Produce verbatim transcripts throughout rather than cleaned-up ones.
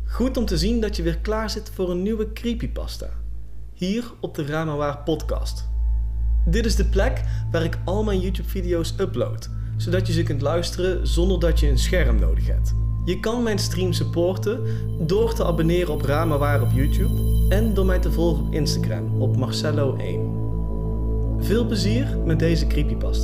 Goed om te zien dat je weer klaar zit voor een nieuwe creepypasta. Hier op de Raar maar Waar podcast. Dit is de plek waar ik al mijn YouTube video's upload, zodat je ze kunt luisteren zonder dat je een scherm nodig hebt. Je kan mijn stream supporten door te abonneren op Raar maar Waar op YouTube en door mij te volgen op Instagram op Marcello één. Veel plezier met deze creepypasta.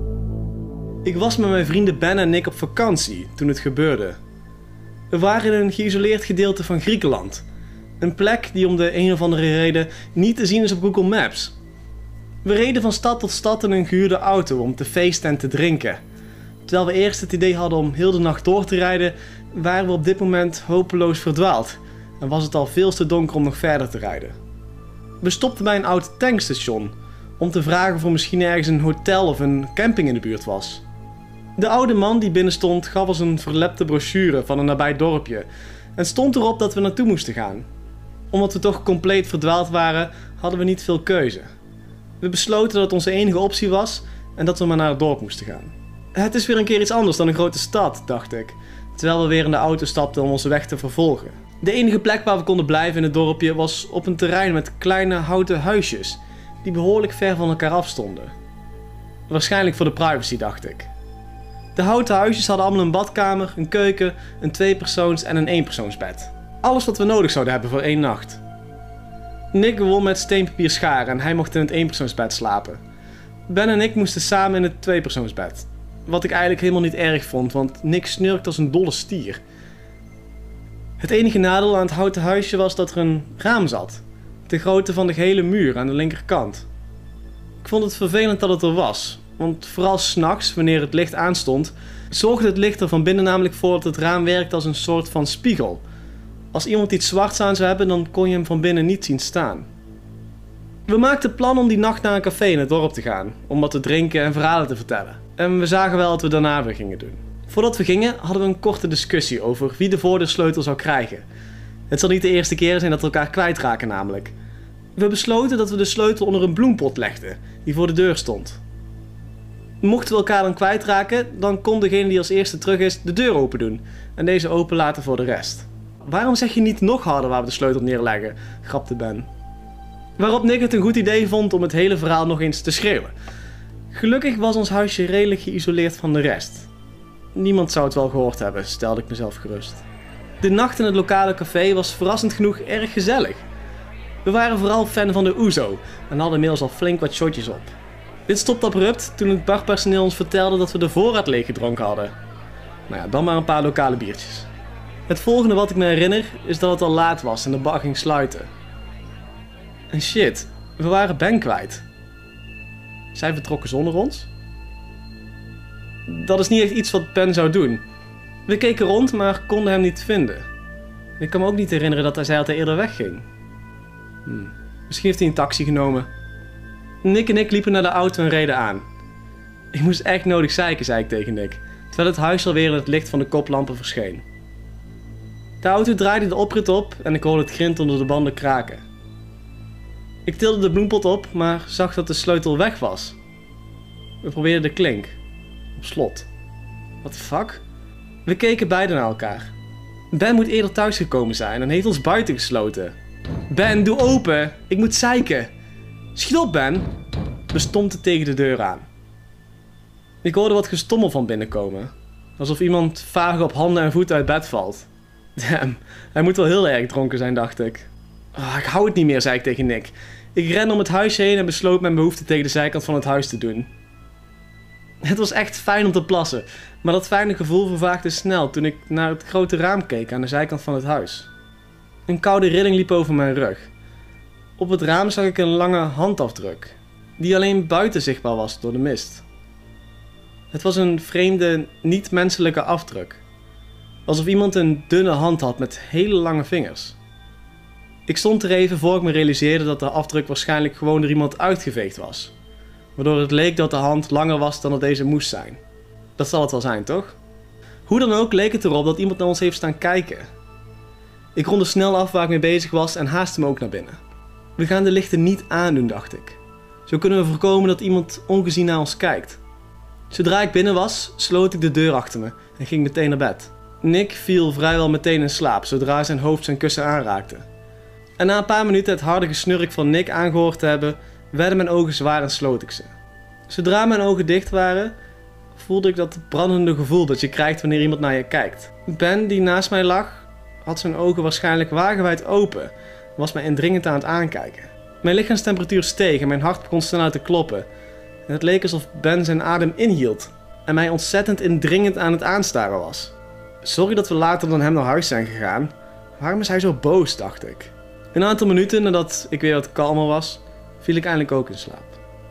Ik was met mijn vrienden Ben en Nick op vakantie toen het gebeurde. We waren in een geïsoleerd gedeelte van Griekenland. Een plek die om de een of andere reden niet te zien is op Google Maps. We reden van stad tot stad in een gehuurde auto om te feesten en te drinken. Terwijl we eerst het idee hadden om heel de nacht door te rijden, waren we op dit moment hopeloos verdwaald. En was het al veel te donker om nog verder te rijden. We stopten bij een oud tankstation om te vragen of er misschien ergens een hotel of een camping in de buurt was. De oude man die binnen stond gaf ons een verlepte brochure van een nabij dorpje en stond erop dat we naartoe moesten gaan. Omdat we toch compleet verdwaald waren, hadden we niet veel keuze. We besloten dat het onze enige optie was en dat we maar naar het dorp moesten gaan. Het is weer een keer iets anders dan een grote stad, dacht ik, terwijl we weer in de auto stapten om onze weg te vervolgen. De enige plek waar we konden blijven in het dorpje was op een terrein met kleine houten huisjes, die behoorlijk ver van elkaar afstonden. Waarschijnlijk voor de privacy, dacht ik. De houten huisjes hadden allemaal een badkamer, een keuken, een tweepersoons en een eenpersoonsbed. Alles wat we nodig zouden hebben voor één nacht. Nick won met steenpapier schaar en hij mocht in het eenpersoonsbed slapen. Ben en ik moesten samen in het tweepersoonsbed. Wat ik eigenlijk helemaal niet erg vond, want Nick snurkt als een dolle stier. Het enige nadeel aan het houten huisje was dat er een raam zat. De grootte van de gehele muur aan de linkerkant. Ik vond het vervelend dat het er was. Want vooral 's nachts, wanneer het licht aanstond, zorgde het licht er van binnen namelijk voor dat het raam werkte als een soort van spiegel. Als iemand iets zwarts aan zou hebben, dan kon je hem van binnen niet zien staan. We maakten plan om die nacht naar een café in het dorp te gaan, om wat te drinken en verhalen te vertellen. En we zagen wel wat we daarna weer gingen doen. Voordat we gingen, hadden we een korte discussie over wie de voordeursleutel zou krijgen. Het zal niet de eerste keer zijn dat we elkaar kwijtraken namelijk. We besloten dat we de sleutel onder een bloempot legden, die voor de deur stond. Mochten we elkaar dan kwijtraken, dan kon degene die als eerste terug is de deur open doen en deze open laten voor de rest. Waarom zeg je niet nog harder waar we de sleutel neerleggen, grapte Ben. Waarop Nick het een goed idee vond om het hele verhaal nog eens te schreeuwen. Gelukkig was ons huisje redelijk geïsoleerd van de rest. Niemand zou het wel gehoord hebben, stelde ik mezelf gerust. De nacht in het lokale café was verrassend genoeg erg gezellig. We waren vooral fan van de ouzo en hadden inmiddels al flink wat shotjes op. Dit stopte abrupt toen het barpersoneel ons vertelde dat we de voorraad leeg gedronken hadden. Nou ja, dan maar een paar lokale biertjes. Het volgende wat ik me herinner is dat het al laat was en de bar ging sluiten. En shit, we waren Ben kwijt. Zij vertrokken zonder ons? Dat is niet echt iets wat Ben zou doen. We keken rond, maar konden hem niet vinden. Ik kan me ook niet herinneren dat hij zei dat hij eerder wegging. Hmm. Misschien heeft hij een taxi genomen. Nick en ik liepen naar de auto en reden aan. Ik moest echt nodig zeiken, zei ik tegen Nick, terwijl het huis alweer in het licht van de koplampen verscheen. De auto draaide de oprit op en ik hoorde het grind onder de banden kraken. Ik tilde de bloempot op, maar zag dat de sleutel weg was. We probeerden de klink. Op slot. What the fuck? We keken beiden naar elkaar. Ben moet eerder thuisgekomen zijn en heeft ons buiten gesloten. Ben, doe open! Ik moet zeiken! Schiet op, Ben! We stompten tegen de deur aan. Ik hoorde wat gestommel van binnenkomen. Alsof iemand vaag op handen en voeten uit bed valt. Damn, hij moet wel heel erg dronken zijn, dacht ik. Oh, ik hou het niet meer, zei ik tegen Nick. Ik rende om het huisje heen en besloot mijn behoefte tegen de zijkant van het huis te doen. Het was echt fijn om te plassen, maar dat fijne gevoel vervaagde snel toen ik naar het grote raam keek aan de zijkant van het huis. Een koude rilling liep over mijn rug. Op het raam zag ik een lange handafdruk, die alleen buiten zichtbaar was door de mist. Het was een vreemde, niet-menselijke afdruk. Alsof iemand een dunne hand had met hele lange vingers. Ik stond er even voor ik me realiseerde dat de afdruk waarschijnlijk gewoon door iemand uitgeveegd was. Waardoor het leek dat de hand langer was dan dat deze moest zijn. Dat zal het wel zijn, toch? Hoe dan ook leek het erop dat iemand naar ons heeft staan kijken. Ik ronde snel af waar ik mee bezig was en haastte me ook naar binnen. We gaan de lichten niet aandoen, dacht ik. Zo kunnen we voorkomen dat iemand ongezien naar ons kijkt. Zodra ik binnen was, sloot ik de deur achter me en ging meteen naar bed. Nick viel vrijwel meteen in slaap zodra zijn hoofd zijn kussen aanraakte. En na een paar minuten het harde gesnurk van Nick aangehoord te hebben, werden mijn ogen zwaar en sloot ik ze. Zodra mijn ogen dicht waren, voelde ik dat brandende gevoel dat je krijgt wanneer iemand naar je kijkt. Ben, die naast mij lag, had zijn ogen waarschijnlijk wagenwijd open en was mij indringend aan het aankijken. Mijn lichaamstemperatuur steeg en mijn hart begon sneller te kloppen. En het leek alsof Ben zijn adem inhield en mij ontzettend indringend aan het aanstaren was. Sorry dat we later dan hem naar huis zijn gegaan. Waarom is hij zo boos, dacht ik. Een aantal minuten nadat ik weer wat kalmer was, viel ik eindelijk ook in slaap.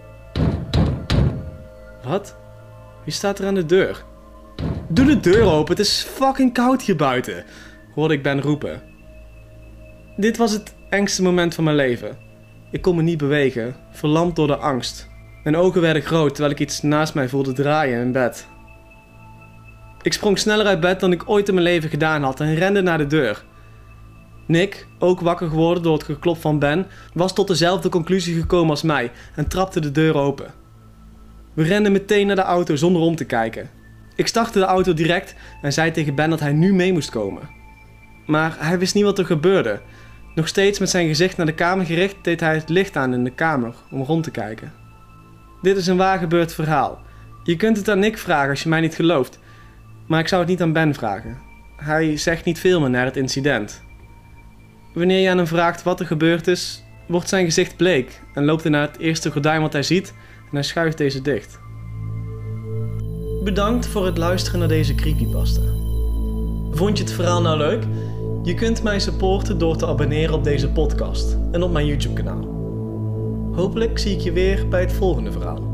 Wat? Wie staat er aan de deur? Doe de deur open, het is fucking koud hier buiten, hoorde ik Ben roepen. Dit was het engste moment van mijn leven. Ik kon me niet bewegen, verlamd door de angst. Mijn ogen werden groot terwijl ik iets naast mij voelde draaien in bed. Ik sprong sneller uit bed dan ik ooit in mijn leven gedaan had en rende naar de deur. Nick, ook wakker geworden door het geklop van Ben, was tot dezelfde conclusie gekomen als mij en trapte de deur open. We renden meteen naar de auto zonder om te kijken. Ik startte de auto direct en zei tegen Ben dat hij nu mee moest komen. Maar hij wist niet wat er gebeurde. Nog steeds met zijn gezicht naar de kamer gericht deed hij het licht aan in de kamer om rond te kijken. Dit is een waar gebeurd verhaal. Je kunt het aan Nick vragen als je mij niet gelooft. Maar ik zou het niet aan Ben vragen. Hij zegt niet veel meer naar het incident. Wanneer je aan hem vraagt wat er gebeurd is, wordt zijn gezicht bleek en loopt hij naar het eerste gordijn wat hij ziet en hij schuift deze dicht. Bedankt voor het luisteren naar deze creepypasta. Vond je het verhaal nou leuk? Je kunt mij supporten door te abonneren op deze podcast en op mijn YouTube kanaal. Hopelijk zie ik je weer bij het volgende verhaal.